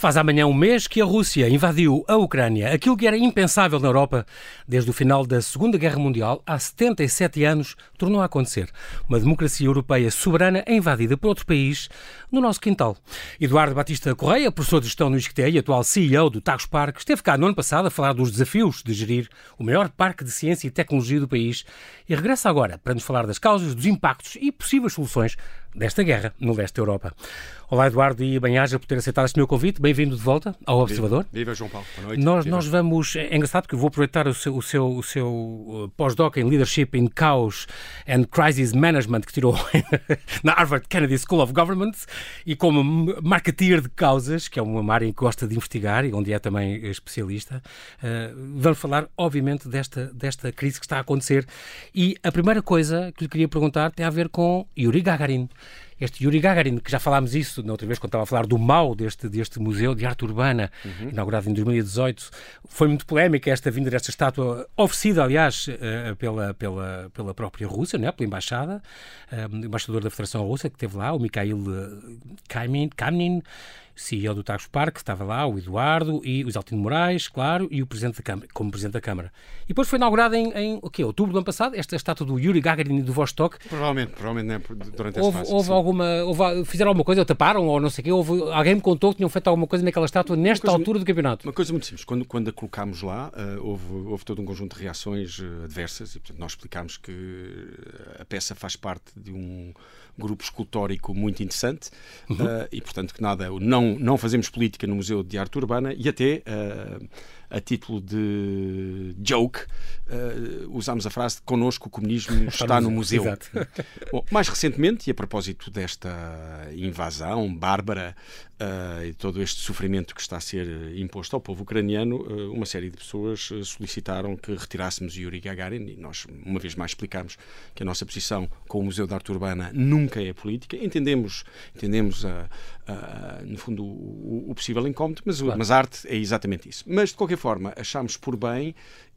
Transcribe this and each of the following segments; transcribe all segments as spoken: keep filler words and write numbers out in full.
Faz amanhã um mês que a Rússia invadiu a Ucrânia. Aquilo que era impensável na Europa desde o final da Segunda Guerra Mundial, há setenta e sete anos, tornou a acontecer. Uma democracia europeia soberana é invadida por outro país no nosso quintal. Eduardo Batista Correia, professor de gestão no I S C T E e atual C E O do Tagus Park, esteve cá no ano passado a falar dos desafios de gerir o maior parque de ciência e tecnologia do país e regressa agora para nos falar das causas, dos impactos e possíveis soluções desta guerra no leste da Europa. Olá, Eduardo, e bem-aja por ter aceitado este meu convite. Bem-vindo de volta ao Observador. Viva, João Paulo. Boa noite. Nós, Viva. nós vamos... É engraçado que eu vou aproveitar o seu, o seu, o seu pós-doc em Leadership in Chaos and Crisis Management que tirou na Harvard Kennedy School of Government e como marketeer de causas, que é uma área em que gosta de investigar e onde é também especialista, uh, vamos falar, obviamente, desta, desta crise que está a acontecer. E a primeira coisa que lhe queria perguntar tem a ver com Yuri Gagarin. Este Yuri Gagarin, que já falámos isso na outra vez, quando estava a falar do M A U, deste, deste Museu de Arte Urbana, uhum. inaugurado em dois mil e dezoito. Foi muito polémica esta vinda desta estátua, oferecida, aliás, pela, pela, pela própria Rússia, né? Pela Embaixada, o embaixador da Federação Russa, que esteve lá, o Mikhail Kamnin, Kamnin C E O do Tagus Park, estava lá, o Eduardo, e o Isaltino Moraes, claro, e o Presidente da Câmara, como Presidente da Câmara. E depois foi inaugurada em, em o quê? Outubro do ano passado, esta estátua do Yuri Gagarin e do Vostok. Provavelmente, provavelmente não é durante houve, esse houve alguma, houve, fizeram alguma coisa, ou taparam, ou não sei o quê, houve, alguém me contou que tinham feito alguma coisa naquela estátua nesta coisa, altura do campeonato. Uma coisa muito simples, quando, quando a colocámos lá, uh, houve, houve todo um conjunto de reações uh, adversas, e portanto nós explicámos que a peça faz parte de um grupo escultórico muito interessante, uhum. uh, e portanto que nada, não, não fazemos política no Museu de Arte Urbana, e até uh, a título de joke uh, usámos a frase de connosco o comunismo está no museu. Exato. Bom, mais recentemente, e a propósito desta invasão bárbara uh, e todo este sofrimento que está a ser imposto ao povo ucraniano, uh, uma série de pessoas solicitaram que retirássemos Yuri Gagarin, e nós uma vez mais explicámos que a nossa posição com o Museu de Arte Urbana nunca é política. Entendemos, entendemos a, a, no fundo o, o possível incómodo, mas, claro. mas a arte é exatamente isso. Mas de qualquer forma, achámos por bem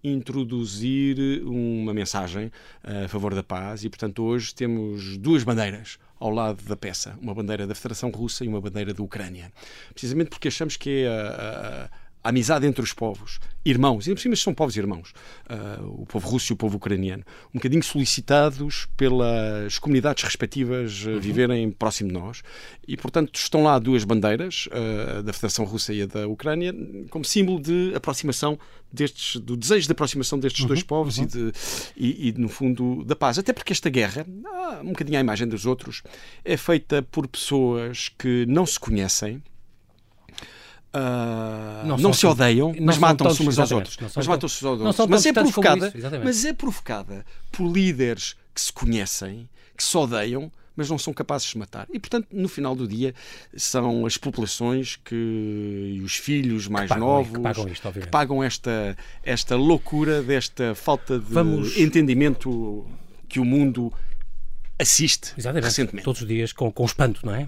introduzir uma mensagem a favor da paz e, portanto, hoje temos duas bandeiras ao lado da peça. Uma bandeira da Federação Russa e uma bandeira da Ucrânia. Precisamente porque achamos que é a, a a amizade entre os povos, irmãos, e por cima são povos irmãos, uh, o povo russo e o povo ucraniano, um bocadinho solicitados pelas comunidades respectivas uh, uhum. viverem próximo de nós, e portanto estão lá duas bandeiras, uh, da Federação Russa e a da Ucrânia, como símbolo de aproximação destes, do desejo de aproximação destes uhum. dois povos uhum. e, de, e, e, no fundo, da paz. Até porque esta guerra, ah, um bocadinho à imagem dos outros, é feita por pessoas que não se conhecem, Uh, não, não se odeiam, não mas matam-se umas aos outros. Mas matam-se aos outros. Mas é provocada, mas é provocada por líderes que se conhecem, que se odeiam, mas não são capazes de se matar. E, portanto, no final do dia, são as populações que, e os filhos mais que pagam, novos que pagam, isto, que pagam esta, esta loucura, desta falta de Vamos... entendimento que o mundo assiste Exatamente. Recentemente. Todos os dias, com, com espanto, não é?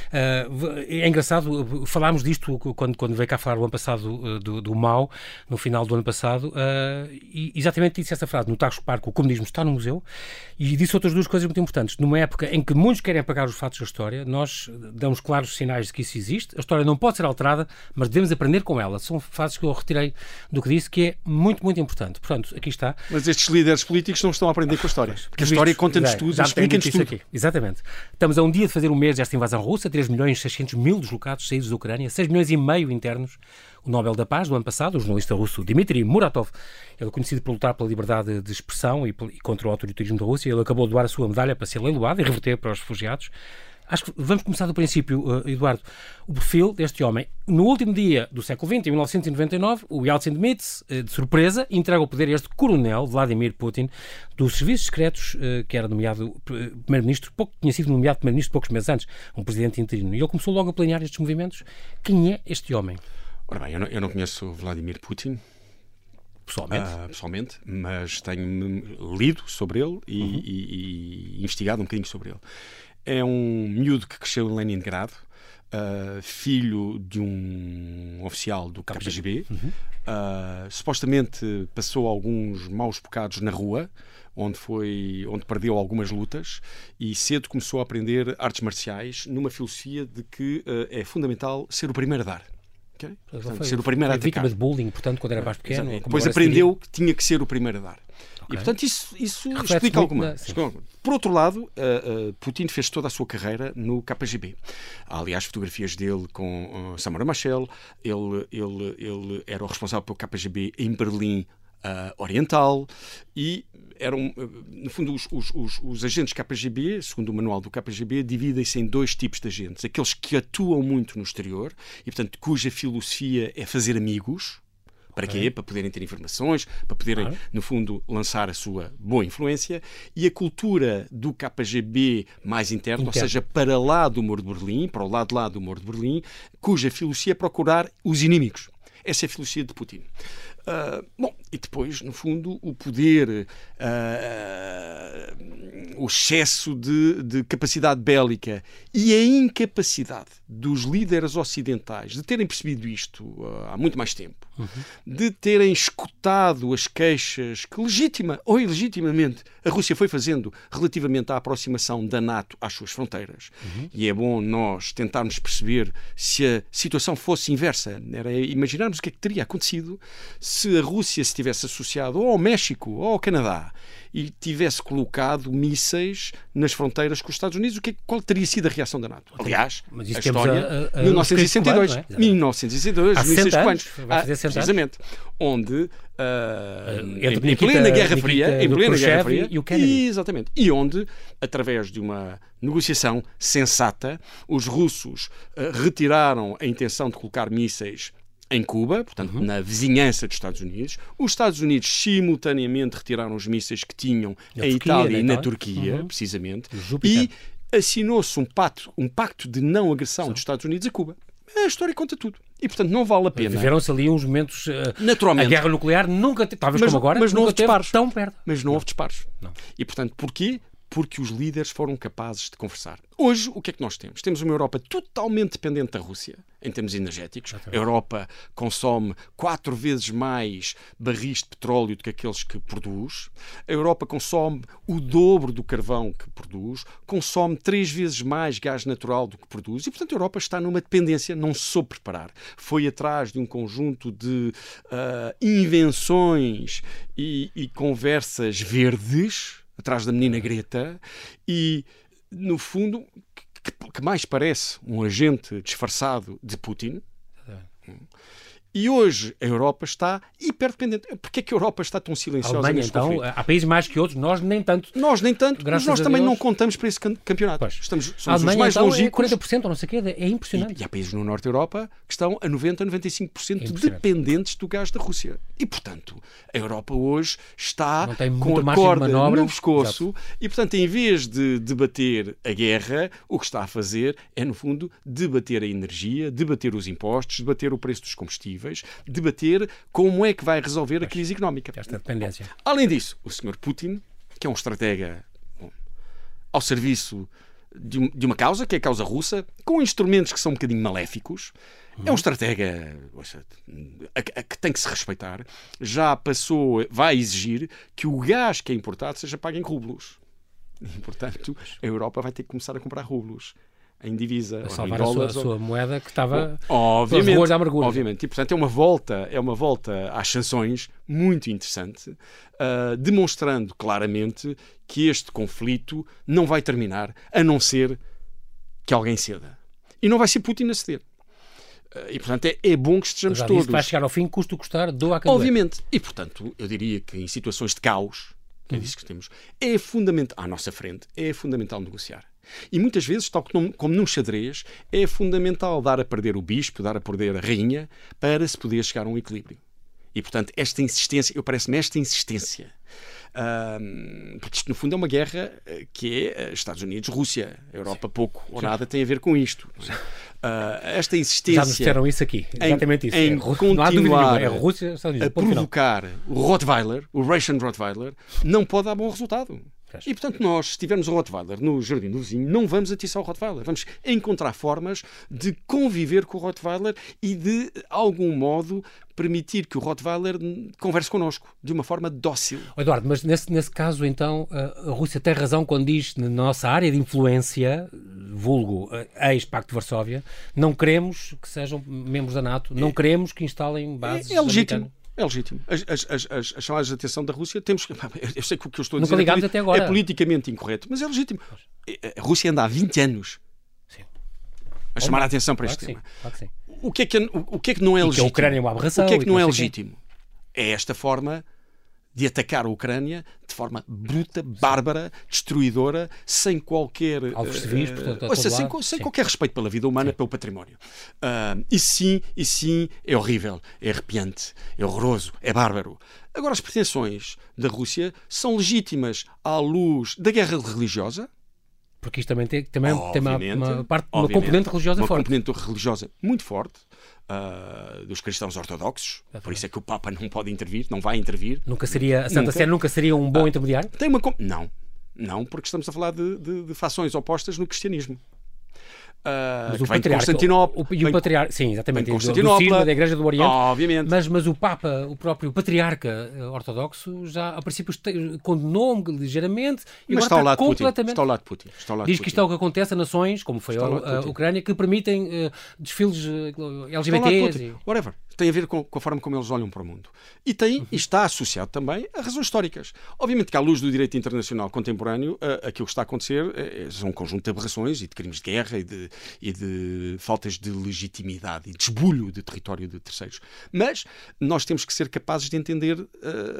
Uh, é engraçado, falámos disto quando, quando veio cá falar o ano passado uh, do, do M A U, no final do ano passado, uh, e exatamente disse essa frase, no Tagus Park, o comunismo está no museu, e disse outras duas coisas muito importantes. Numa época em que muitos querem apagar os fatos da história, nós damos claros sinais de que isso existe, a história não pode ser alterada, mas devemos aprender com ela. São frases que eu retirei do que disse, que é muito, muito importante. Portanto, aqui está. Mas estes líderes políticos não estão a aprender com a história, porque a história conta-nos tudo, explica-nos tudo. Aqui. Exatamente. Estamos a um dia de fazer um mês desta invasão russa, três milhões e seiscentos mil deslocados saídos da Ucrânia, seis milhões e meio internos. O Nobel da Paz do ano passado, o jornalista russo Dmitry Muratov, ele é conhecido por lutar pela liberdade de expressão e, e contra o autoritarismo da Rússia, ele acabou de doar a sua medalha para ser leiloada e reverter para os refugiados. Acho que vamos começar do princípio, uh, Eduardo. O perfil deste homem. No último dia do século vinte, em mil novecentos e noventa e nove, o Yeltsin Dmitry, uh, de surpresa, entrega o poder a este coronel, Vladimir Putin, dos serviços secretos, uh, que era nomeado uh, primeiro-ministro, pouco, tinha sido nomeado primeiro-ministro poucos meses antes, um presidente interino. E ele começou logo a planear estes movimentos. Quem é este homem? Ora bem, eu não, eu não conheço Vladimir Putin. Pessoalmente? Uh, pessoalmente, mas tenho lido sobre ele e, uhum. e, e investigado um bocadinho sobre ele. É um miúdo que cresceu em Leningrado, uh, filho de um oficial do K G B. Uhum. Uh, supostamente passou alguns maus bocados na rua, onde, foi, onde perdeu algumas lutas, e cedo começou a aprender artes marciais numa filosofia de que uh, é fundamental ser o primeiro a dar. Okay? Foi, Portanto, foi, ser o primeiro a atacar. Vítima de bullying, portanto, quando era mais pequeno. É, depois aprendeu que tinha que ser o primeiro a dar. Okay. E, portanto, isso, isso explica alguma. Na... Por outro lado, uh, uh, Putin fez toda a sua carreira no K G B. Há, aliás, fotografias dele com uh, Samora Machel. Ele, ele, ele era o responsável pelo K G B em Berlim uh, Oriental e eram, uh, no fundo, os, os, os, os agentes K G B, segundo o manual do K G B, dividem-se em dois tipos de agentes. Aqueles que atuam muito no exterior e, portanto, cuja filosofia é fazer amigos. Para quê? Para poderem ter informações, para poderem, claro. no fundo, lançar a sua boa influência. E a cultura do K G B mais interno, interno, ou seja, para lá do Muro de Berlim, para o lado de lá do Muro de Berlim, cuja filosofia é procurar os inimigos. Essa é a filosofia de Putin. Uh, bom, e depois, no fundo, o poder, uh, o excesso de, de capacidade bélica e a incapacidade dos líderes ocidentais de terem percebido isto uh, há muito mais tempo, uhum. de terem escutado as queixas que, legítima ou ilegitimamente, a Rússia foi fazendo relativamente à aproximação da NATO às suas fronteiras. Uhum. E é bom nós tentarmos perceber se a situação fosse inversa. Era imaginarmos o que é que teria acontecido se a Rússia se tivesse associado ou ao México ou ao Canadá e tivesse colocado mísseis nas fronteiras com os Estados Unidos, o que, qual teria sido a reação da NATO? Aliás, a história, a, a, a mil novecentos e sessenta e dois, é? mil novecentos e sessenta e dois, mísseis cubanos, precisamente, onde uh, em, em plena Guerra Fria, em plena Guerra Fria, e o Kennedy. Exatamente, e onde, através de uma negociação sensata, os russos uh, retiraram a intenção de colocar mísseis em Cuba, portanto, uhum. na vizinhança dos Estados Unidos. Os Estados Unidos simultaneamente retiraram os mísseis que tinham na em Turquia, Itália e na Turquia, uhum. precisamente, e assinou-se um pacto, um pacto de não agressão Sim. dos Estados Unidos a Cuba. A história conta tudo. E, portanto, não vale a pena. Viveram-se ali uns momentos... Uh, Naturalmente. A guerra nuclear nunca, talvez mas, como agora, mas não nunca houve disparos. Tão perto. Mas não, não. houve disparos. Não. E, portanto, porquê? Porque os líderes foram capazes de conversar. Hoje, o que é que nós temos? Temos uma Europa totalmente dependente da Rússia, em termos energéticos. Exatamente. A Europa consome quatro vezes mais barris de petróleo do que aqueles que produz. A Europa consome o dobro do carvão que produz. Consome três vezes mais gás natural do que produz. E, portanto, a Europa está numa dependência, não se soube preparar. Foi atrás de um conjunto de uh, invenções e, e conversas verdes, atrás da menina Greta, e, no fundo, que, que mais parece um agente disfarçado de Putin. É. E hoje a Europa está hiperdependente. Porquê é que a Europa está tão silenciosa? A Alemanha, neste então, conflito? Há países mais que outros, nós nem tanto. Nós nem tanto, Graças mas nós também Deus. não contamos para esse campeonato. Pois. Estamos, somos a Alemanha, os mais então, longínquos. É quarenta por cento ou não sei o quê, é impressionante. E, e há países no Norte da Europa que estão a noventa, noventa e cinco por cento dependentes do gás da Rússia. E, portanto, a Europa hoje está com a corda no pescoço. Exato. E, portanto, em vez de debater a guerra, o que está a fazer é, no fundo, debater a energia, debater os impostos, debater o preço dos combustíveis, debater como é que vai resolver a crise económica. Esta dependência. Além disso, o senhor Putin, que é um estratega bom, ao serviço de, de uma causa, que é a causa russa, com instrumentos que são um bocadinho maléficos, uhum. é um estratega a, a, a que tem que se respeitar, já passou, vai exigir que o gás que é importado seja pago em rublos. E, portanto, a Europa vai ter que começar a comprar rublos em divisa, a salvar a sua, a sua moeda que estava obviamente, ruas da amargura. Obviamente, e portanto é uma volta, é uma volta às sanções muito interessante, uh, demonstrando claramente que este conflito não vai terminar a não ser que alguém ceda. E não vai ser Putin a ceder. Uh, e portanto é, é bom que estejamos Já todos. Vai chegar ao fim, custo custar, doa a quem Obviamente. E portanto, eu diria que em situações de caos, que é disso que temos, é fundamental, à nossa frente, é fundamental negociar. E muitas vezes, tal como num xadrez, é fundamental dar a perder o bispo, dar a perder a rainha, para se poder chegar a um equilíbrio. E, portanto, esta insistência, eu parece-me esta insistência, uh, porque isto, no fundo, é uma guerra que é Estados Unidos-Rússia. A Europa pouco ou nada tem a ver com isto. Uh, esta insistência... Já nos disseram isso aqui, exatamente em, isso. Em é, continuar não há dúvida nenhuma, é Rússia, Estados Unidos, a provocar final. O Rottweiler, o Russian Rottweiler, não pode dar bom resultado. E, portanto, nós, se tivermos o Rottweiler no jardim do vizinho, não vamos atiçar o Rottweiler. Vamos encontrar formas de conviver com o Rottweiler e de, algum modo, permitir que o Rottweiler converse connosco de uma forma dócil. Eduardo, mas nesse, nesse caso, então, a Rússia tem razão quando diz na nossa área de influência vulgo ex-Pacto de Varsóvia, não queremos que sejam membros da NATO, não queremos que instalem bases. É, é legítimo. É legítimo. As, as, as, as, as chamadas de atenção da Rússia, temos que. Eu sei que o que eu estou a dizer Nunca é, até agora. é politicamente incorreto, mas é legítimo. A Rússia anda há vinte anos sim. a chamar a atenção para claro este que tema. Sim, claro que sim. O que é que, o, o que é que não é e legítimo? Que a Ucrânia é uma aberração. O que é que não é que legítimo? É esta forma de atacar a Ucrânia de forma bruta, bárbara, destruidora, sem qualquer alvos civis, portanto, a todo sem, lado. sem qualquer respeito pela vida humana, sim. pelo património. Uh, e sim, e sim, é horrível, é arrepiante, é horroroso, é bárbaro. Agora, as pretensões da Rússia são legítimas à luz da guerra religiosa. Porque isto também tem, também tem uma, uma, parte, uma componente religiosa uma forte. Uma componente religiosa muito forte. Uh, dos cristãos ortodoxos, exatamente. Por isso é que o Papa não pode intervir, não vai intervir. Nunca seria, a Santa Sé nunca seria um bom ah, intermediário? Tem uma, não, não, porque estamos a falar de, de, de fações opostas no cristianismo. Uh, mas o vem patriarca, Constantinopla, o, e o patriarca, sim, exatamente, do cisma da Igreja do Oriente, obviamente. Mas, mas o Papa, o próprio patriarca ortodoxo, já a princípio condenou-me ligeiramente e mas agora está ao lado completamente. Está ao lado de Putin. Está ao lado Diz de que isto é o que acontece a nações, como foi a, a Ucrânia, que permitem uh, desfiles uh, L G B T. E... Whatever. Tem a ver com, com a forma como eles olham para o mundo. E, tem, uhum. e está associado também a razões históricas. Obviamente que à luz do direito internacional contemporâneo, uh, aquilo que está a acontecer é, é um conjunto de aberrações e de crimes de guerra e de, e de faltas de legitimidade e desbulho de território de terceiros. Mas nós temos que ser capazes de entender uh,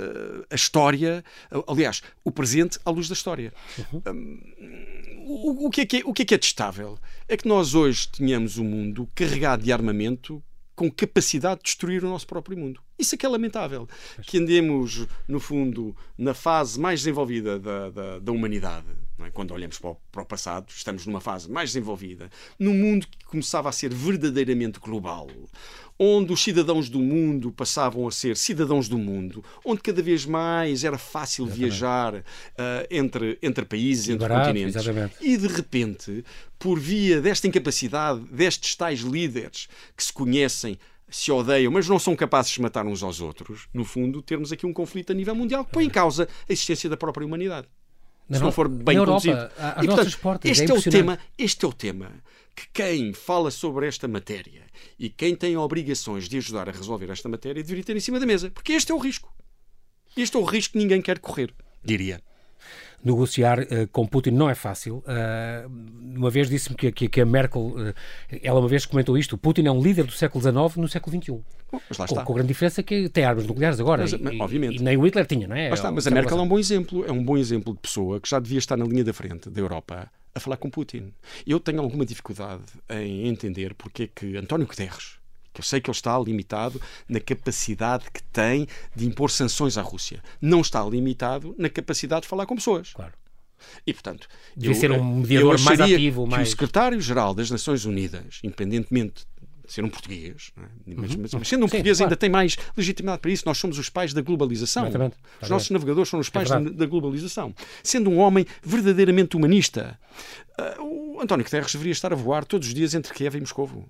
a história, uh, aliás, o presente à luz da história. Uhum. Um, o, o, que é que é, o que é que é testável? É que nós hoje tenhamos um mundo carregado de armamento com capacidade de destruir o nosso próprio mundo. Isso é que é lamentável. Que andemos, no fundo, na fase mais desenvolvida da, da, da humanidade. Não é? Quando olhamos para o, para o passado, estamos numa fase mais desenvolvida, num mundo que começava a ser verdadeiramente global, onde os cidadãos do mundo passavam a ser cidadãos do mundo, onde cada vez mais era fácil exatamente. viajar uh, entre, entre países, entre barato, continentes. Exatamente. E, de repente, por via desta incapacidade, destes tais líderes que se conhecem, se odeiam, mas não são capazes de matar uns aos outros, no fundo, termos aqui um conflito a nível mundial que põe em causa a existência da própria humanidade. Se não for bem conduzido. Às e, portanto, portas, este, é é o tema, este é o tema que quem fala sobre esta matéria e quem tem obrigações de ajudar a resolver esta matéria deveria ter em cima da mesa. Porque este é o risco. Este é o risco que ninguém quer correr, diria. Negociar uh, com Putin não é fácil. Uh, uma vez disse-me que, que, que a Merkel, uh, ela uma vez comentou isto, o Putin é um líder do século dezenove no século vinte e um. Bom, mas lá com, está. com a grande diferença que tem armas nucleares agora. Mas, e, obviamente. E nem o Hitler tinha, não é? Mas, está, mas a Merkel é um bom exemplo. É um bom exemplo de pessoa que já devia estar na linha da frente da Europa a falar com Putin. Eu tenho alguma dificuldade em entender porque é que António Guterres, que eu sei que ele está limitado na capacidade que tem de impor sanções à Rússia, não está limitado na capacidade de falar com pessoas. Claro. E, portanto, devia ser um mediador mais ativo. Que mais... o secretário-geral das Nações Unidas, independentemente de ser um português, não é? mas, uhum. mas, mas sendo um Sim, português claro. ainda tem mais legitimidade para isso. Nós somos os pais da globalização. Exatamente. Os nossos navegadores são os pais é da, da globalização. Sendo um homem verdadeiramente humanista, uh, o António Guterres deveria estar a voar todos os dias entre Kiev e Moscovo.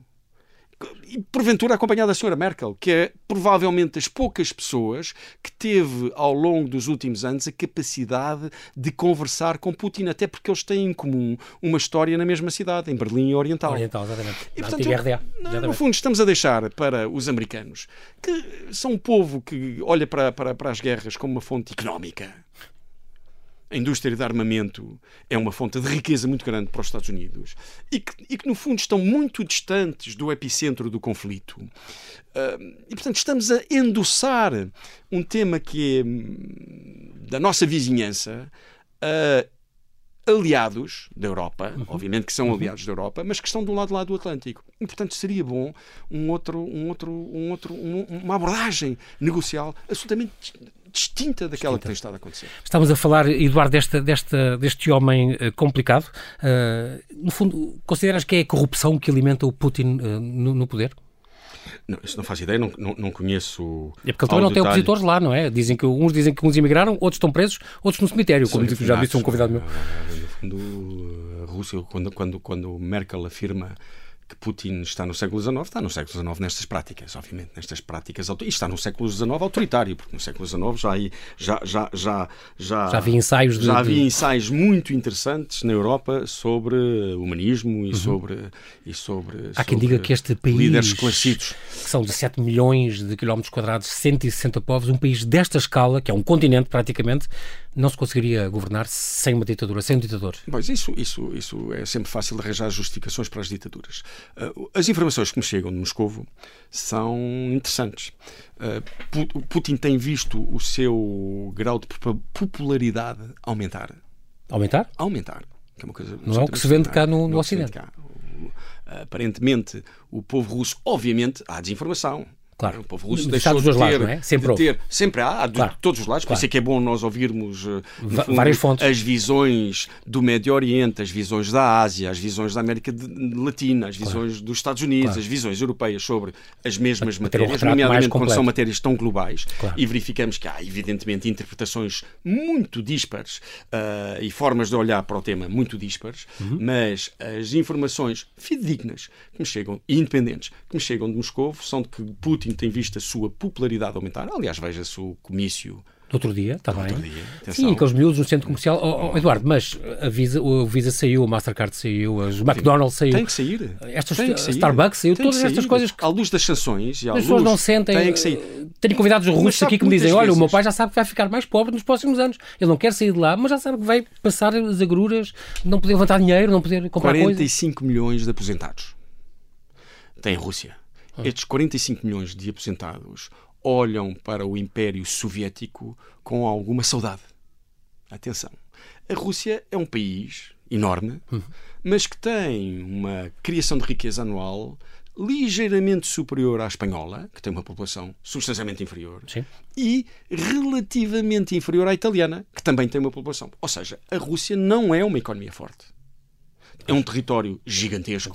E porventura acompanhado da senhora Merkel, que é provavelmente das poucas pessoas que teve ao longo dos últimos anos a capacidade de conversar com Putin, até porque eles têm em comum uma história na mesma cidade, em Berlim Oriental. Oriental, exatamente. E, portanto, R D A. Exatamente. No fundo, estamos a deixar para os americanos, que são um povo que olha para, para, para as guerras como uma fonte económica. A indústria de armamento é uma fonte de riqueza muito grande para os Estados Unidos e que, e que no fundo, estão muito distantes do epicentro do conflito. Uh, e, portanto, estamos a endossar um tema que é da nossa vizinhança a aliados da Europa, uhum. obviamente que são aliados uhum. da Europa, mas que estão do lado, lado do Atlântico. E, portanto, seria bom um outro, um outro, um outro, um, uma abordagem negocial absolutamente distinta daquela distinta. que tem estado a acontecer. Estamos a falar, Eduardo, desta, desta, deste homem uh, complicado. Uh, no fundo, consideras que é a corrupção que alimenta o Putin uh, no, no poder? Não, isso não faço ideia, não, não, não conheço. É porque ele também não tem opositores lá, não é? Dizem que, uns dizem que uns emigraram, outros estão presos, outros no cemitério, como já disse um convidado meu. No fundo, a Rússia, quando, quando, quando Merkel afirma que Putin está no século dezenove, está no século dezenove nestas práticas, obviamente, nestas práticas, e está no século dezenove autoritário, porque no século dezenove já, já, já, já, já, já havia ensaios, de, já havia de... ensaios muito interessantes na Europa sobre humanismo e, uhum. sobre, e sobre... Há quem diga que este país, líderes esclarecidos, que são dezessete milhões de quilómetros quadrados, cento e sessenta povos, um país desta escala, que é um continente praticamente, não se conseguiria governar sem uma ditadura, sem um ditador. Pois, isso, isso, isso é sempre fácil de arranjar justificações para as ditaduras. As informações que me chegam de Moscovo são interessantes. Putin tem visto o seu grau de popularidade aumentar. Aumentar? Aumentar. Que é uma coisa não é o que se vende cá no, no Ocidente. Cá. Aparentemente, o povo russo, obviamente, há desinformação. Claro. O povo russo deixou de ter, lados, não é? Sempre, de ter sempre há, de claro. todos os lados, por claro. isso é que é bom nós ouvirmos fundo, várias fontes. As visões do Médio Oriente, as visões da Ásia, as visões da América Latina, as visões claro. dos Estados Unidos, claro. as visões europeias sobre as mesmas matérias, um nomeadamente quando são matérias tão globais, claro. e verificamos que há, evidentemente, interpretações muito díspares uh, e formas de olhar para o tema muito díspares, uhum. mas as informações fidedignas que me chegam, e independentes, que me chegam de Moscovo, são de que Putin tem visto a sua popularidade aumentar. Aliás, veja-se o comício do outro dia, está bem. Outro dia. Sim, aqueles miúdos no centro comercial. Oh, oh, Eduardo, mas a Visa, o Visa saiu, a Mastercard saiu, o McDonald's saiu. Tem que sair. Estas, tem que sair. Starbucks saiu, tem todas que estas coisas que... À luz das sanções e à as luz... pessoas não sentem... Tem que sair. Tenho convidados russos aqui que me dizem, olha, vezes... o meu pai já sabe que vai ficar mais pobre nos próximos anos. Ele não quer sair de lá, mas já sabe que vai passar as agruras, não poder levantar dinheiro, não poder comprar coisas. quarenta e cinco milhões de aposentados tem a Rússia. Hum. Estes quarenta e cinco milhões de aposentados olham para o Império Soviético com alguma saudade. Atenção. A Rússia é um país enorme, uhum. mas que tem uma criação de riqueza anual ligeiramente superior à espanhola, que tem uma população substancialmente inferior, Sim. e relativamente inferior à italiana, que também tem uma população. Ou seja, a Rússia não é uma economia forte. É um território gigantesco.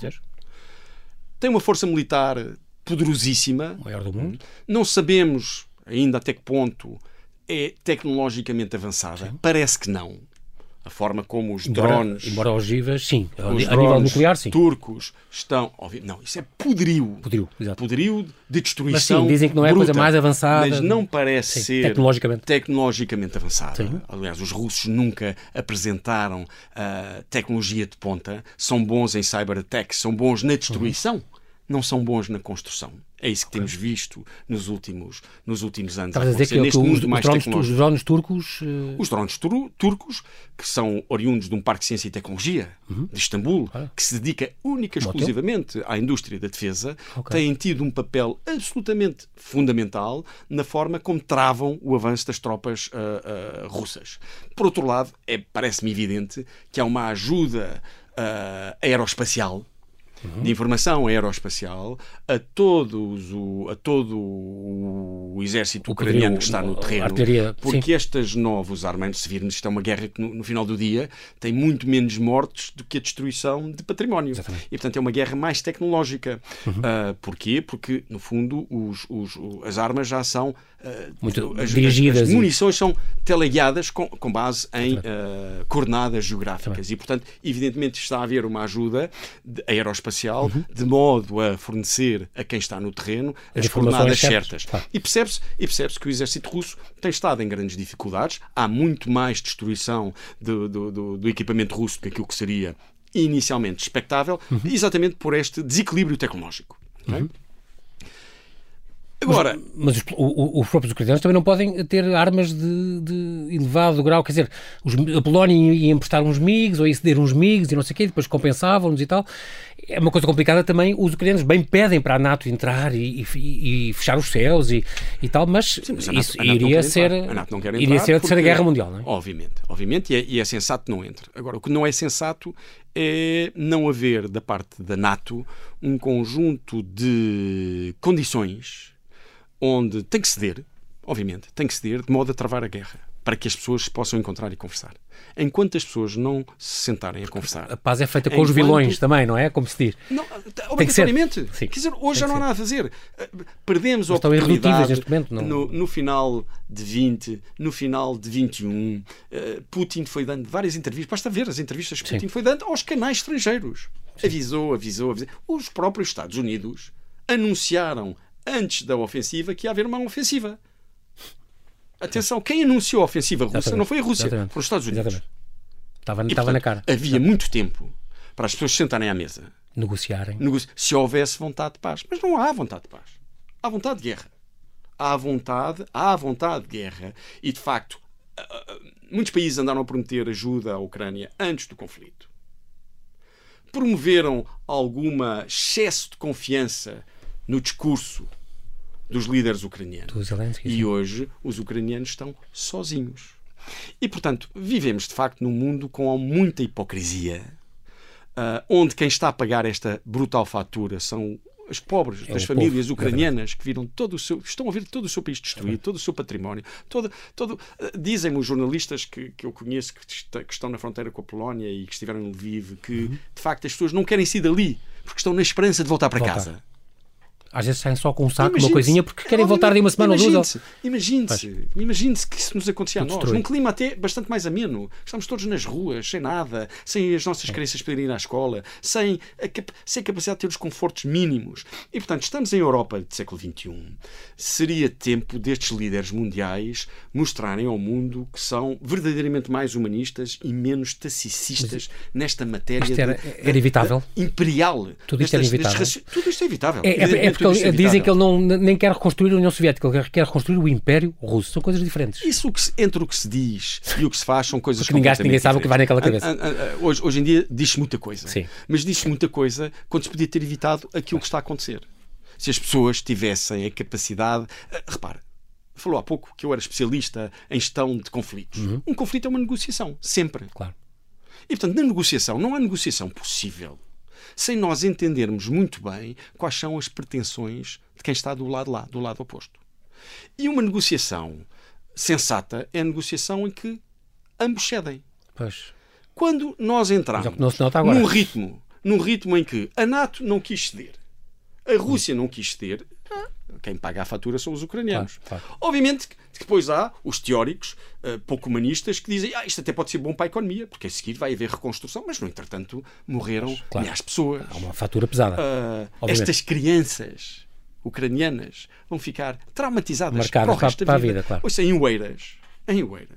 Tem uma força militar poderosíssima. O maior do mundo. Não sabemos ainda até que ponto é tecnologicamente avançada. Sim. Parece que não. A forma como os embora, drones... Embora ogivas, sim. Os a drones nível nuclear, sim. turcos estão... Não, isso é poderio. Poderio, exato. Poderio de destruição. Mas sim, dizem que não é bruta, a coisa mais avançada. Mas não parece sim, ser tecnologicamente, tecnologicamente avançada. Sim. Aliás, os russos nunca apresentaram uh, tecnologia de ponta. São bons em cyber-attacks, são bons na destruição. Uhum. Não são bons na construção. É isso que okay. temos visto nos últimos, nos últimos anos. Estás a dizer que, neste que mundo os, mais drones, os drones turcos... Uh... Os drones tur turcos, que são oriundos de um parque de ciência e tecnologia uhum. de Istambul, ah. que se dedica única e exclusivamente à indústria da defesa, okay. têm tido um papel absolutamente fundamental na forma como travam o avanço das tropas uh, uh, russas. Por outro lado, é, parece-me evidente que há uma ajuda uh, aeroespacial, de informação aeroespacial a, todos o, a todo o exército o ucraniano que está no terreno, artilharia, porque sim. estes novos armamentos, se virmos, isto é uma guerra que no, no final do dia tem muito menos mortes do que a destruição de património. Exatamente. E portanto é uma guerra mais tecnológica. Uhum. Uh, porquê? Porque no fundo os, os, as armas já são uh, muito as, dirigidas. As, as munições e... são teleguiadas com, com base em uh, coordenadas geográficas. Também. E portanto evidentemente está a haver uma ajuda aeroespacial Uhum. de modo a fornecer a quem está no terreno as, as coordenadas certas. Claro. E percebe-se e percebe-se que o exército russo tem estado em grandes dificuldades. Há muito mais destruição do, do, do, do equipamento russo do que aquilo que seria inicialmente expectável, uhum. exatamente por este desequilíbrio tecnológico. Uhum. Não é? Agora, mas, mas os, o, os próprios ucranianos também não podem ter armas de, de elevado grau, quer dizer, os, a Polónia ia emprestar uns MiGs ou ia ceder uns MiGs e não sei o quê, depois compensavam-nos e tal. É uma coisa complicada também, os ucranianos bem pedem para a NATO entrar e, e, e fechar os céus e, e tal, mas, sim, mas NATO, isso iria ser, iria ser a Terceira Guerra Mundial, não é? Obviamente, obviamente, e é, e é sensato que não entre. Agora, o que não é sensato é não haver da parte da NATO um conjunto de condições onde tem que ceder, obviamente, tem que ceder de modo a travar a guerra, para que as pessoas se possam encontrar e conversar. Enquanto as pessoas não se sentarem a conversar... A paz é feita com enquanto... os vilões também, não é? Como se diz. Não, obrigatoriamente. Quer dizer, hoje já não há nada a fazer. Perdemos a oportunidade neste momento, não... no, no final de vinte, no final de vinte e um, uh, Putin foi dando várias entrevistas, basta ver as entrevistas que Putin Sim. foi dando aos canais estrangeiros. Avisou, avisou, avisou. Os próprios Estados Unidos anunciaram antes da ofensiva que ia haver uma ofensiva. Atenção, quem anunciou a ofensiva russa Exatamente. não foi a Rússia, Exatamente. foram os Estados Unidos. Exatamente. Estava, E, estava portanto, na cara. havia Exato. muito tempo para as pessoas se sentarem à mesa. Negociarem. Negoci- Se houvesse vontade de paz. Mas não há vontade de paz. Há vontade de guerra. Há vontade, há vontade de guerra. E, de facto, muitos países andaram a prometer ajuda à Ucrânia antes do conflito. Promoveram alguma excesso de confiança no discurso dos líderes ucranianos. Do Zelensky, E sim. hoje os ucranianos estão sozinhos. E, portanto, vivemos, de facto, num mundo com muita hipocrisia, uh, onde quem está a pagar esta brutal fatura são os pobres É das o famílias povo, ucranianas que viram todo o seu, estão a ver todo o seu país destruído, todo o seu património. Todo, todo, uh, dizem-me os jornalistas que, que eu conheço que, est- que estão na fronteira com a Polónia e que estiveram em Lviv que, Uhum. de facto, as pessoas não querem sair dali porque estão na esperança de voltar para Voltar. casa. Às vezes saem só com um saco, uma Imagine-se. coisinha, porque querem É, voltar de uma semana ou duas. Imagine-se, imagine-se, imagine-se que isso nos acontecia a Tudo nós, destruído. num clima até bastante mais ameno. Estamos todos nas ruas, sem nada, sem as nossas crianças poderem ir à escola, sem a, cap- sem a capacidade de ter os confortos mínimos. E, portanto, estamos em Europa de século vinte e um. Seria tempo destes líderes mundiais mostrarem ao mundo que são verdadeiramente mais humanistas e menos tacicistas nesta matéria isto era- de- era evitável? de- imperial. Tudo isto era Destas- inevitável? destes raci- Tudo isto é evitável. É, é- é Evidentemente, porque tudo isto é ele- dizem evitável. que ele não, nem quer reconstruir a União Soviética, ele quer reconstruir o Império Russo. São coisas diferentes. Isso o que se- entre o que se diz e o que se faz são coisas Porque ninguém- completamente ninguém sabe o que vai naquela diferentes. cabeça. An- an- an- Hoje, hoje em dia diz-se muita coisa. Sim. Mas diz-se muita coisa quando se podia ter evitado aquilo que está a acontecer. Se as pessoas tivessem a capacidade... Ah, repara, falou há pouco que eu era especialista em gestão de conflitos. Um conflito é uma negociação, sempre. Claro. E, portanto, na negociação, não há negociação possível sem nós entendermos muito bem quais são as pretensões de quem está do lado lá, do lado oposto. E uma negociação sensata é a negociação em que ambos cedem. Pois. Quando nós entramos Mas é o que não se nota agora. num ritmo, num ritmo em que a NATO não quis ceder, a Rússia não quis ceder, quem paga a fatura são os ucranianos. Claro, claro. Obviamente que depois há os teóricos uh, pouco humanistas que dizem ah, isto até pode ser bom para a economia, porque a seguir vai haver reconstrução, mas no entretanto morreram Claro. milhares de pessoas. Há uma fatura pesada. Uh, Obviamente. estas crianças ucranianas vão ficar traumatizadas Marcadas para o para- resto para a da vida. vida, claro. Ouça, em Oeiras, em Oeiras,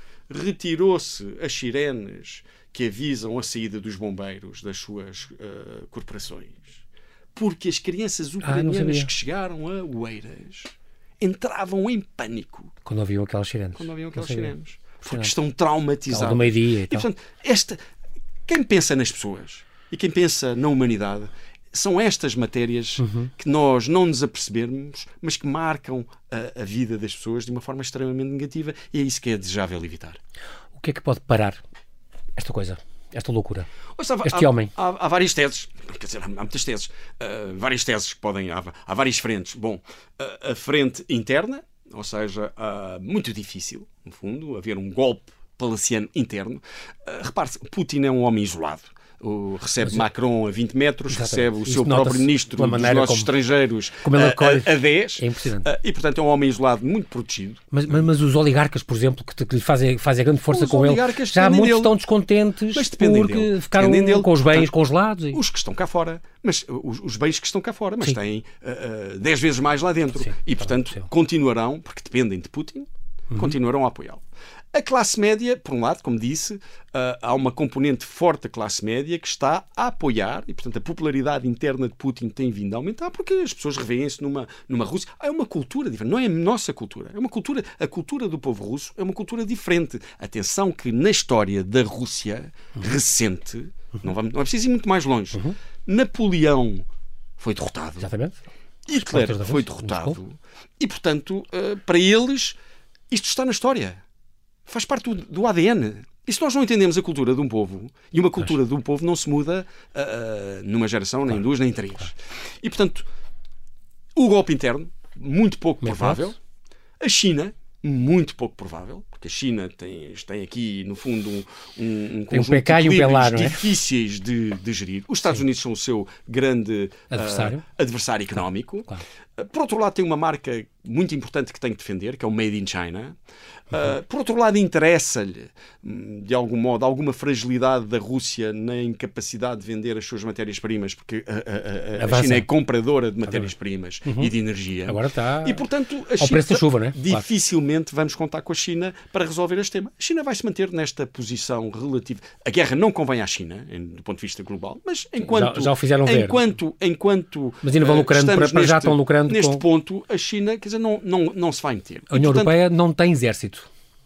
retirou-se as sirenes que avisam a saída dos bombeiros das suas uh, corporações, porque as crianças Ah, não ucranianas sabia. que chegaram a Oeiras entravam em pânico Quando ouviam aquelas sirenes. quando haviam Não aquelas sabia. sirenes, porque Impressionante. estão traumatizados. Aquela do meio-dia e E, tal. portanto, esta, quem pensa nas pessoas e quem pensa na humanidade são estas matérias Uhum. que nós não nos apercebemos, mas que marcam a, a vida das pessoas de uma forma extremamente negativa, e é isso que é desejável evitar. O que é que pode parar esta coisa? Esta loucura? Ouça, há, Este há, homem. Há, há várias teses, quer dizer, há, há muitas teses, uh, várias teses que podem, há, há várias frentes. Bom, uh, a frente interna, ou seja, uh, muito difícil, no fundo, haver um golpe palaciano interno. Uh, repare-se, Putin é um homem isolado. O, recebe Mas, Macron a vinte metros, exatamente. recebe o Isso seu nota-se próprio ministro pela dos maneira negócios como- estrangeiros como ele a, acolhe. a, a dez. É impressionante. Uh, e, portanto, é um homem isolado muito protegido. Mas, mas, mas os oligarcas, por exemplo, que, te- que lhe fazem, fazem grande força Os com ele, oligarcas já dependem muitos dele. estão descontentes Mas dependem porque dele. ficaram Dependem dele. com os bens Portanto, congelados. E... Os que estão cá fora, mas uh, os, os bens que estão cá fora, mas Sim. têm uh, uh, dez vezes mais lá dentro. Sim, e, tá portanto, bem, sim. continuarão, porque dependem de Putin, Uhum. continuarão a apoiá-lo. A classe média, por um lado, como disse, uh, há uma componente forte da classe média que está a apoiar, e, portanto, a popularidade interna de Putin tem vindo a aumentar, porque as pessoas revêem-se numa, numa Rússia. É uma cultura diferente, não é a nossa cultura. É uma cultura, a cultura do povo russo é uma cultura diferente. Atenção que na história da Rússia recente, não, vamos, não é preciso ir muito mais longe, Napoleão foi derrotado. Exatamente. Hitler portas da foi Rússia, derrotado. E, portanto, uh, para eles, isto está na história. Faz parte do, do A D N. E se nós não entendemos a cultura de um povo, e uma cultura de um povo não se muda uh, uh, numa geração, nem duas, nem três. E, portanto, o golpe interno, muito pouco Bem provável. forte. A China, muito pouco provável. porque a China tem, tem aqui, no fundo, um, um tem conjunto um P K de e um P L A, não é? difíceis de, de gerir. Os Estados Sim. Unidos são o seu grande adversário, uh, adversário económico. Claro. Uh, por outro lado, tem uma marca muito importante que tem que defender, que é o Made in China. Uh, por outro lado, interessa-lhe, de algum modo, alguma fragilidade da Rússia na incapacidade de vender as suas matérias-primas, porque a, a, a, a China é compradora de matérias-primas uhum. e de energia. Agora está e, portanto, a ao China, preço da chuva, né? Dificilmente claro. Vamos contar com a China para resolver este tema. A China vai se manter nesta posição relativa. A guerra não convém à China, do ponto de vista global, mas enquanto... Já, já o fizeram ver. Enquanto, enquanto mas ainda vão lucrando, para, para neste, já estão lucrando neste com... ponto, a China, quer dizer, não, não, não se vai meter. A União e, portanto, Europeia não tem exército.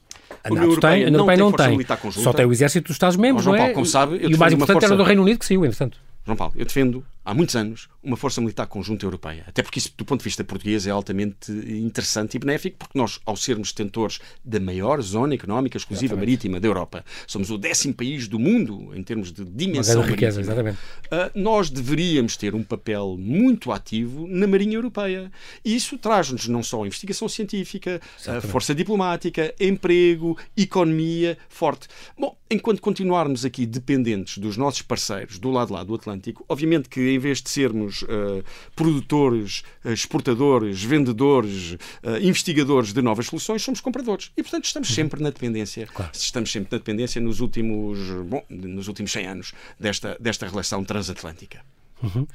A NATO Europeia tem, a União Europeia não tem. Não tem. Só tem o exército dos Estados-membros, não é? Paulo, como sabe, eu e o mais importante força... era do Reino Unido que saiu, entretanto. João Paulo, eu defendo há muitos anos uma força militar conjunta europeia. Até porque isso, do ponto de vista português, é altamente interessante e benéfico, porque nós, ao sermos detentores da maior zona económica exclusiva exatamente. Marítima da Europa, somos o décimo país do mundo em termos de dimensão de riqueza, marítima. Exatamente. Uh, nós deveríamos ter um papel muito ativo na Marinha Europeia. E isso traz-nos não só investigação científica, uh, força diplomática, emprego, economia forte. Bom, enquanto continuarmos aqui dependentes dos nossos parceiros do lado lá do Atlântico, obviamente que em vez de sermos uh, produtores, uh, exportadores, vendedores, uh, investigadores de novas soluções, somos compradores. E, portanto, estamos sempre na dependência. Claro. Estamos sempre na dependência nos últimos, bom, nos últimos cem anos desta, desta relação transatlântica. Uhum.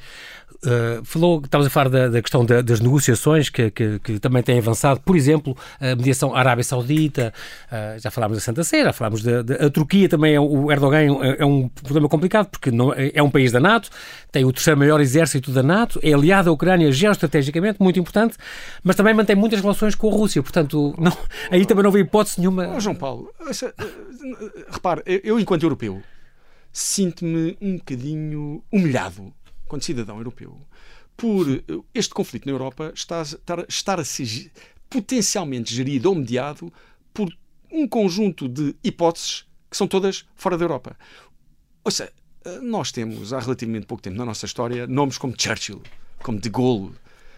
Uh, falou, estávamos a falar da, da questão da, das negociações que, que, que também têm avançado, por exemplo, a mediação Arábia Saudita, uh, já falámos da Santa Sé, já falámos da, da a Turquia também, é, o Erdogan é, é um problema complicado porque não, é, é um país da NATO, tem o terceiro maior exército da NATO, é aliado à Ucrânia geoestrategicamente, muito importante, mas também mantém muitas relações com a Rússia, portanto não, aí também não havia hipótese nenhuma. Oh, João Paulo, essa, repare, eu, eu enquanto europeu sinto-me um bocadinho humilhado quando cidadão europeu, por este conflito na Europa estar, estar, estar a ser potencialmente gerido ou mediado por um conjunto de hipóteses que são todas fora da Europa. Ou seja, nós temos, há relativamente pouco tempo na nossa história, nomes como Churchill, como de Gaulle.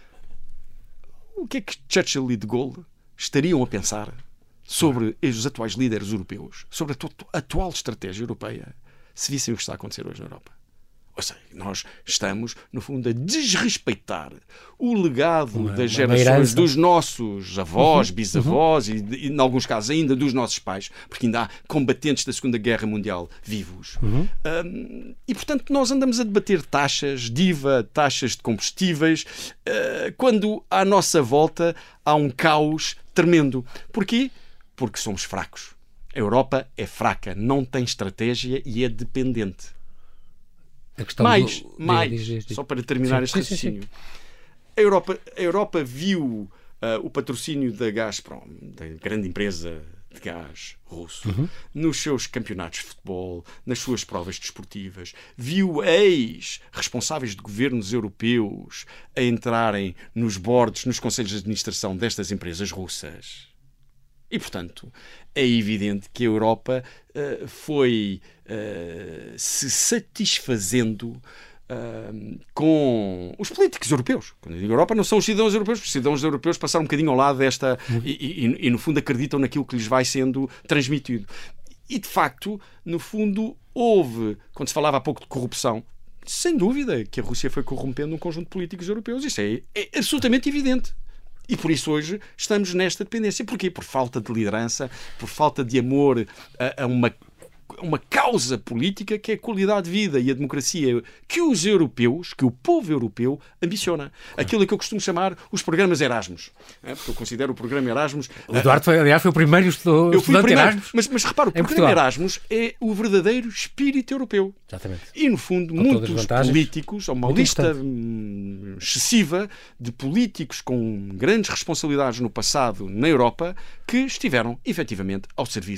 O que é que Churchill e de Gaulle estariam a pensar sobre os atuais líderes europeus, sobre a atual estratégia europeia, se vissem o que está a acontecer hoje na Europa? Ou seja, nós estamos, no fundo, a desrespeitar o legado uma, das gerações dos nossos avós, uhum, bisavós uhum. e, e, em alguns casos, ainda dos nossos pais, porque ainda há combatentes da Segunda Guerra Mundial vivos. Uhum. Um, e, portanto, nós andamos a debater taxas, D I V A, taxas de combustíveis, uh, quando à nossa volta há um caos tremendo. Porquê? Porque somos fracos. A Europa é fraca, não tem estratégia e é dependente. Mais, do... mais diz, diz, diz. Só para terminar sim, este raciocínio. Sim, sim. A, Europa, a Europa viu uh, o patrocínio da Gazprom, da grande empresa de gás russo, uhum. nos seus campeonatos de futebol, nas suas provas desportivas, viu ex-responsáveis de governos europeus a entrarem nos boards, nos conselhos de administração destas empresas russas. E, portanto, é evidente que a Europa uh, foi uh, se satisfazendo uh, com os políticos europeus. Quando eu digo Europa, não são os cidadãos europeus, porque os cidadãos europeus passaram um bocadinho ao lado desta uhum. e, e, e, no fundo, acreditam naquilo que lhes vai sendo transmitido. E, de facto, no fundo, houve, quando se falava há pouco de corrupção, sem dúvida que a Rússia foi corrompendo um conjunto de políticos europeus. Isso é, é absolutamente evidente. E por isso hoje estamos nesta dependência. Porquê? Por falta de liderança, por falta de amor a, a uma, uma causa política que é a qualidade de vida e a democracia que os europeus, que o povo europeu ambiciona. Aquilo que eu costumo chamar os programas Erasmus. É, porque eu considero o programa Erasmus... O Eduardo, foi, aliás, foi o primeiro estudante eu fui o primeiro, Erasmus. Mas, mas repara, o programa Portugal. Erasmus é o verdadeiro espírito europeu. Exatamente. E, no fundo, com muitos políticos, ou uma Muito lista importante. excessiva de políticos com grandes responsabilidades no passado na Europa que estiveram, efetivamente, ao serviço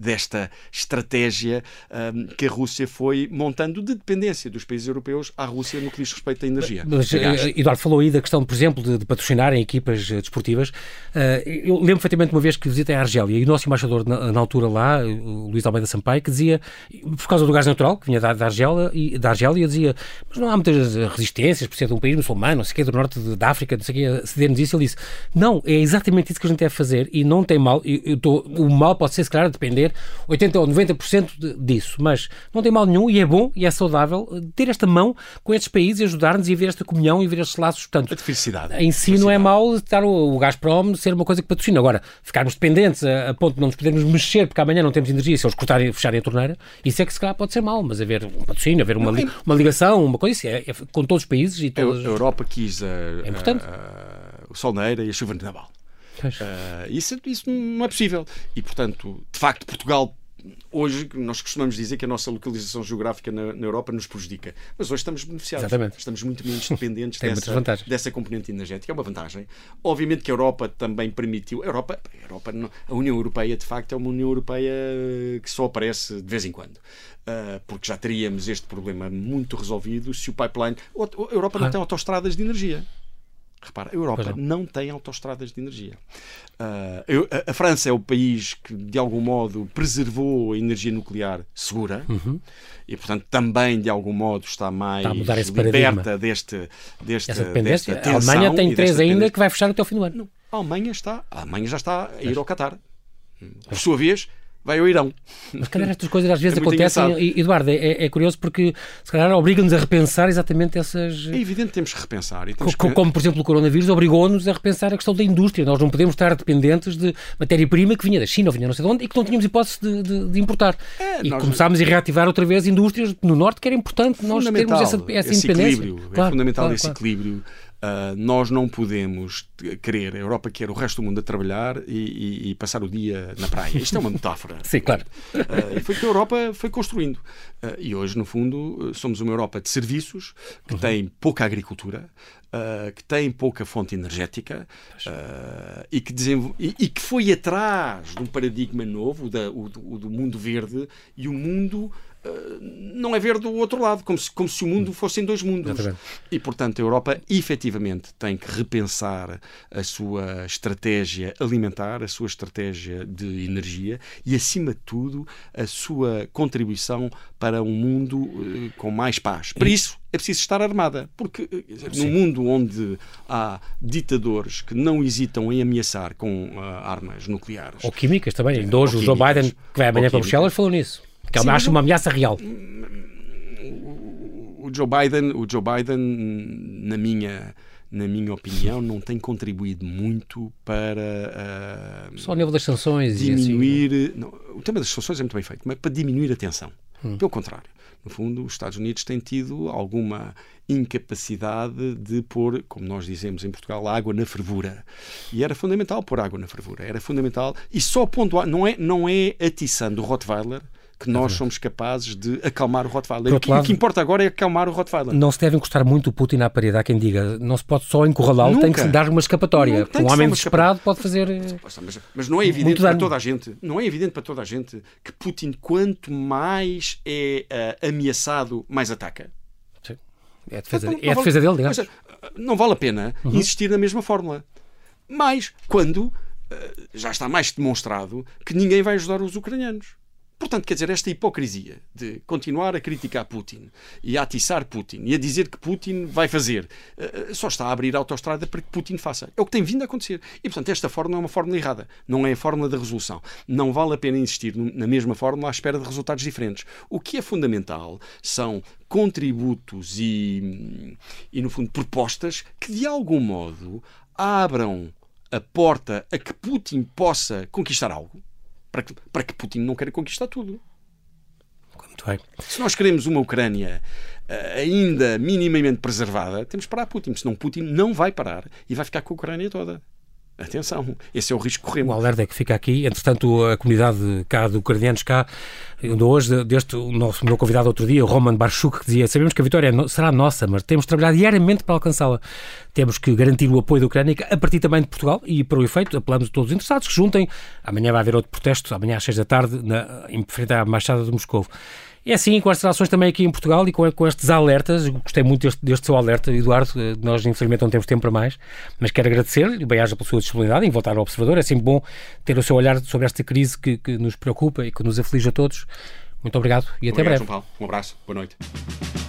desta estratégia um, que a Rússia foi montando de dependência dos países europeus à Rússia no que diz respeito à energia. Mas, Eduardo, falou aí da questão, por exemplo, de, de patrocinarem equipas desportivas. Uh, eu lembro perfeitamente uma vez que visitei a Argélia e o nosso embaixador na, na altura lá, o Luís Almeida Sampaio, que dizia, por causa do gás natural que vinha da, da, Argélia, e, da Argélia, dizia, mas não há muitas resistências por ser de um país muçulmano, não sei o que, do norte de, da África, não sei o que, a ceder-nos isso. Ele disse, não, é exatamente isso que a gente deve fazer e não tem mal, eu, eu tô, o mal pode ser, se calhar, depender oitenta ou noventa por cento disso, mas não tem mal nenhum e é bom e é saudável ter esta mão com estes países e ajudar-nos e ver esta comunhão e ver estes laços. Portanto, a felicidade. Em si não é mau estar o, o Gazprom ser uma coisa que patrocina. Agora, ficarmos dependentes a, a ponto de não nos podermos mexer porque amanhã não temos energia se eles cortarem e fecharem a torneira, isso é que se calhar pode ser mau, mas haver um patrocínio, haver uma, li, uma ligação, uma coisa, isso é, é com todos os países e todos... A Europa quis a, é importante. A, a, o sol na eira e a chuva na naval. Uh, isso, isso não é possível. E, portanto, de facto, Portugal, hoje, nós costumamos dizer que a nossa localização geográfica na, na Europa nos prejudica. Mas hoje estamos beneficiados. Exatamente. Estamos muito menos dependentes dessa, dessa componente energética. É uma vantagem. Obviamente que a Europa também permitiu... A Europa, a, Europa, a União Europeia, de facto, é uma União Europeia que só aparece de vez em quando. Uh, porque já teríamos este problema muito resolvido se o pipeline... A Europa não ah. tem autoestradas de energia. Repara, a Europa não. não tem autoestradas de energia. Uh, eu, a, a França é o país que, de algum modo, preservou a energia nuclear segura uhum. e, portanto, também, de algum modo, está mais está a mudar esse liberta deste, deste, essa dependência. Desta a Alemanha tem três ainda que vai fechar até ao fim do ano. Não, a Alemanha está, a Alemanha já está a ir ao Qatar. Por sua vez, vai ao Irão. Mas calhar estas coisas às vezes é acontecem, e, Eduardo, é, é curioso porque se calhar obriga-nos a repensar exatamente essas... É evidente que temos que repensar. E temos como, que... como, por exemplo, o coronavírus obrigou-nos a repensar a questão da indústria. Nós não podemos estar dependentes de matéria-prima que vinha da China ou vinha não sei de onde e que não tínhamos hipótese de, de, de importar. É, e nós... começámos a reativar outra vez indústrias no Norte, que era importante nós termos essa, essa esse independência. Equilíbrio. Claro, é fundamental claro, esse claro. equilíbrio. Uh, nós não podemos querer a Europa quer o resto do mundo a trabalhar e, e, e passar o dia na praia. Isto é uma metáfora. Sim, claro. Uh, e foi que a Europa foi construindo. Uh, e hoje, no fundo, somos uma Europa de serviços que uhum. tem pouca agricultura, uh, que tem pouca fonte energética uh, e, que desenvol... e, e que foi atrás de um paradigma novo, da, o, do, do mundo verde, e o mundo Uh, não é ver do outro lado, como se, como se o mundo fossem dois mundos. Exatamente. E, portanto, a Europa efetivamente tem que repensar a sua estratégia alimentar, a sua estratégia de energia e, acima de tudo, a sua contribuição para um mundo uh, com mais paz. Para isso, é preciso estar armada, porque Sim. num mundo onde há ditadores que não hesitam em ameaçar com uh, armas nucleares... Ou químicas também. Ainda hoje o Joe Biden, que vai amanhã para Bruxelas, falou nisso. Que é acho uma ameaça real. O Joe Biden, o Joe Biden na, minha, na minha opinião, não tem contribuído muito para uh, só ao nível das sanções diminuir. E assim, não, o tema das sanções é muito bem feito, mas para diminuir a tensão. Hum. Pelo contrário. No fundo, os Estados Unidos têm tido alguma incapacidade de pôr, como nós dizemos em Portugal, água na fervura. E era fundamental pôr água na fervura. Era fundamental. E só pontuar, não é, não é atiçando o Rottweiler que nós somos capazes de acalmar o Rottweiler. O que, lado, o que importa agora é acalmar o Rottweiler. Não se deve encostar muito o Putin à parede. Há quem diga, não se pode só encurralá-lo, tem que se dar uma escapatória. Um homem desesperado pode fazer... Mas, mas não é evidente para toda a gente. Não é evidente para toda a gente que Putin, quanto mais é uh, ameaçado, mais ataca. Sim. É a defesa, não, não é a defesa vale, dele, digamos. Não vale a pena uhum. insistir na mesma fórmula. Mas quando uh, já está mais demonstrado que ninguém vai ajudar os ucranianos. Portanto, quer dizer, esta hipocrisia de continuar a criticar Putin e a atiçar Putin e a dizer que Putin vai fazer, uh, só está a abrir a autoestrada para que Putin faça. É o que tem vindo a acontecer. E, portanto, esta fórmula é uma fórmula errada. Não é a fórmula da resolução. Não vale a pena insistir na mesma fórmula à espera de resultados diferentes. O que é fundamental são contributos e, e no fundo, propostas que, de algum modo, abram a porta a que Putin possa conquistar algo. Para que, para que Putin não queira conquistar tudo. Muito bem. Se nós queremos uma Ucrânia uh, ainda minimamente preservada, temos que parar Putin. Senão Putin não vai parar e vai ficar com a Ucrânia toda. Atenção, esse é o risco que corremos. O alerta é que fica aqui. Entretanto, a comunidade cá do Ucranianos cá, onde hoje, deste o nosso meu convidado outro dia, o Roman Barchuk, que dizia: sabemos que a vitória será nossa, mas temos de trabalhar diariamente para alcançá-la. Temos que garantir o apoio da Ucrânia a partir também de Portugal e, para o efeito, apelamos a todos os interessados que juntem. Amanhã vai haver outro protesto, amanhã às seis da tarde, na, em frente à Embaixada de Moscovo. É assim, com estas ações também aqui em Portugal e com, com estes alertas. Gostei muito deste, deste seu alerta, Eduardo. Nós, infelizmente, não temos tempo para mais, mas quero agradecer-lhe, bem-aja pela sua disponibilidade em voltar ao Observador. É sempre bom ter o seu olhar sobre esta crise que, que nos preocupa e que nos aflige a todos. Muito obrigado e até Obrigado, breve. João Paulo. Um abraço. Boa noite.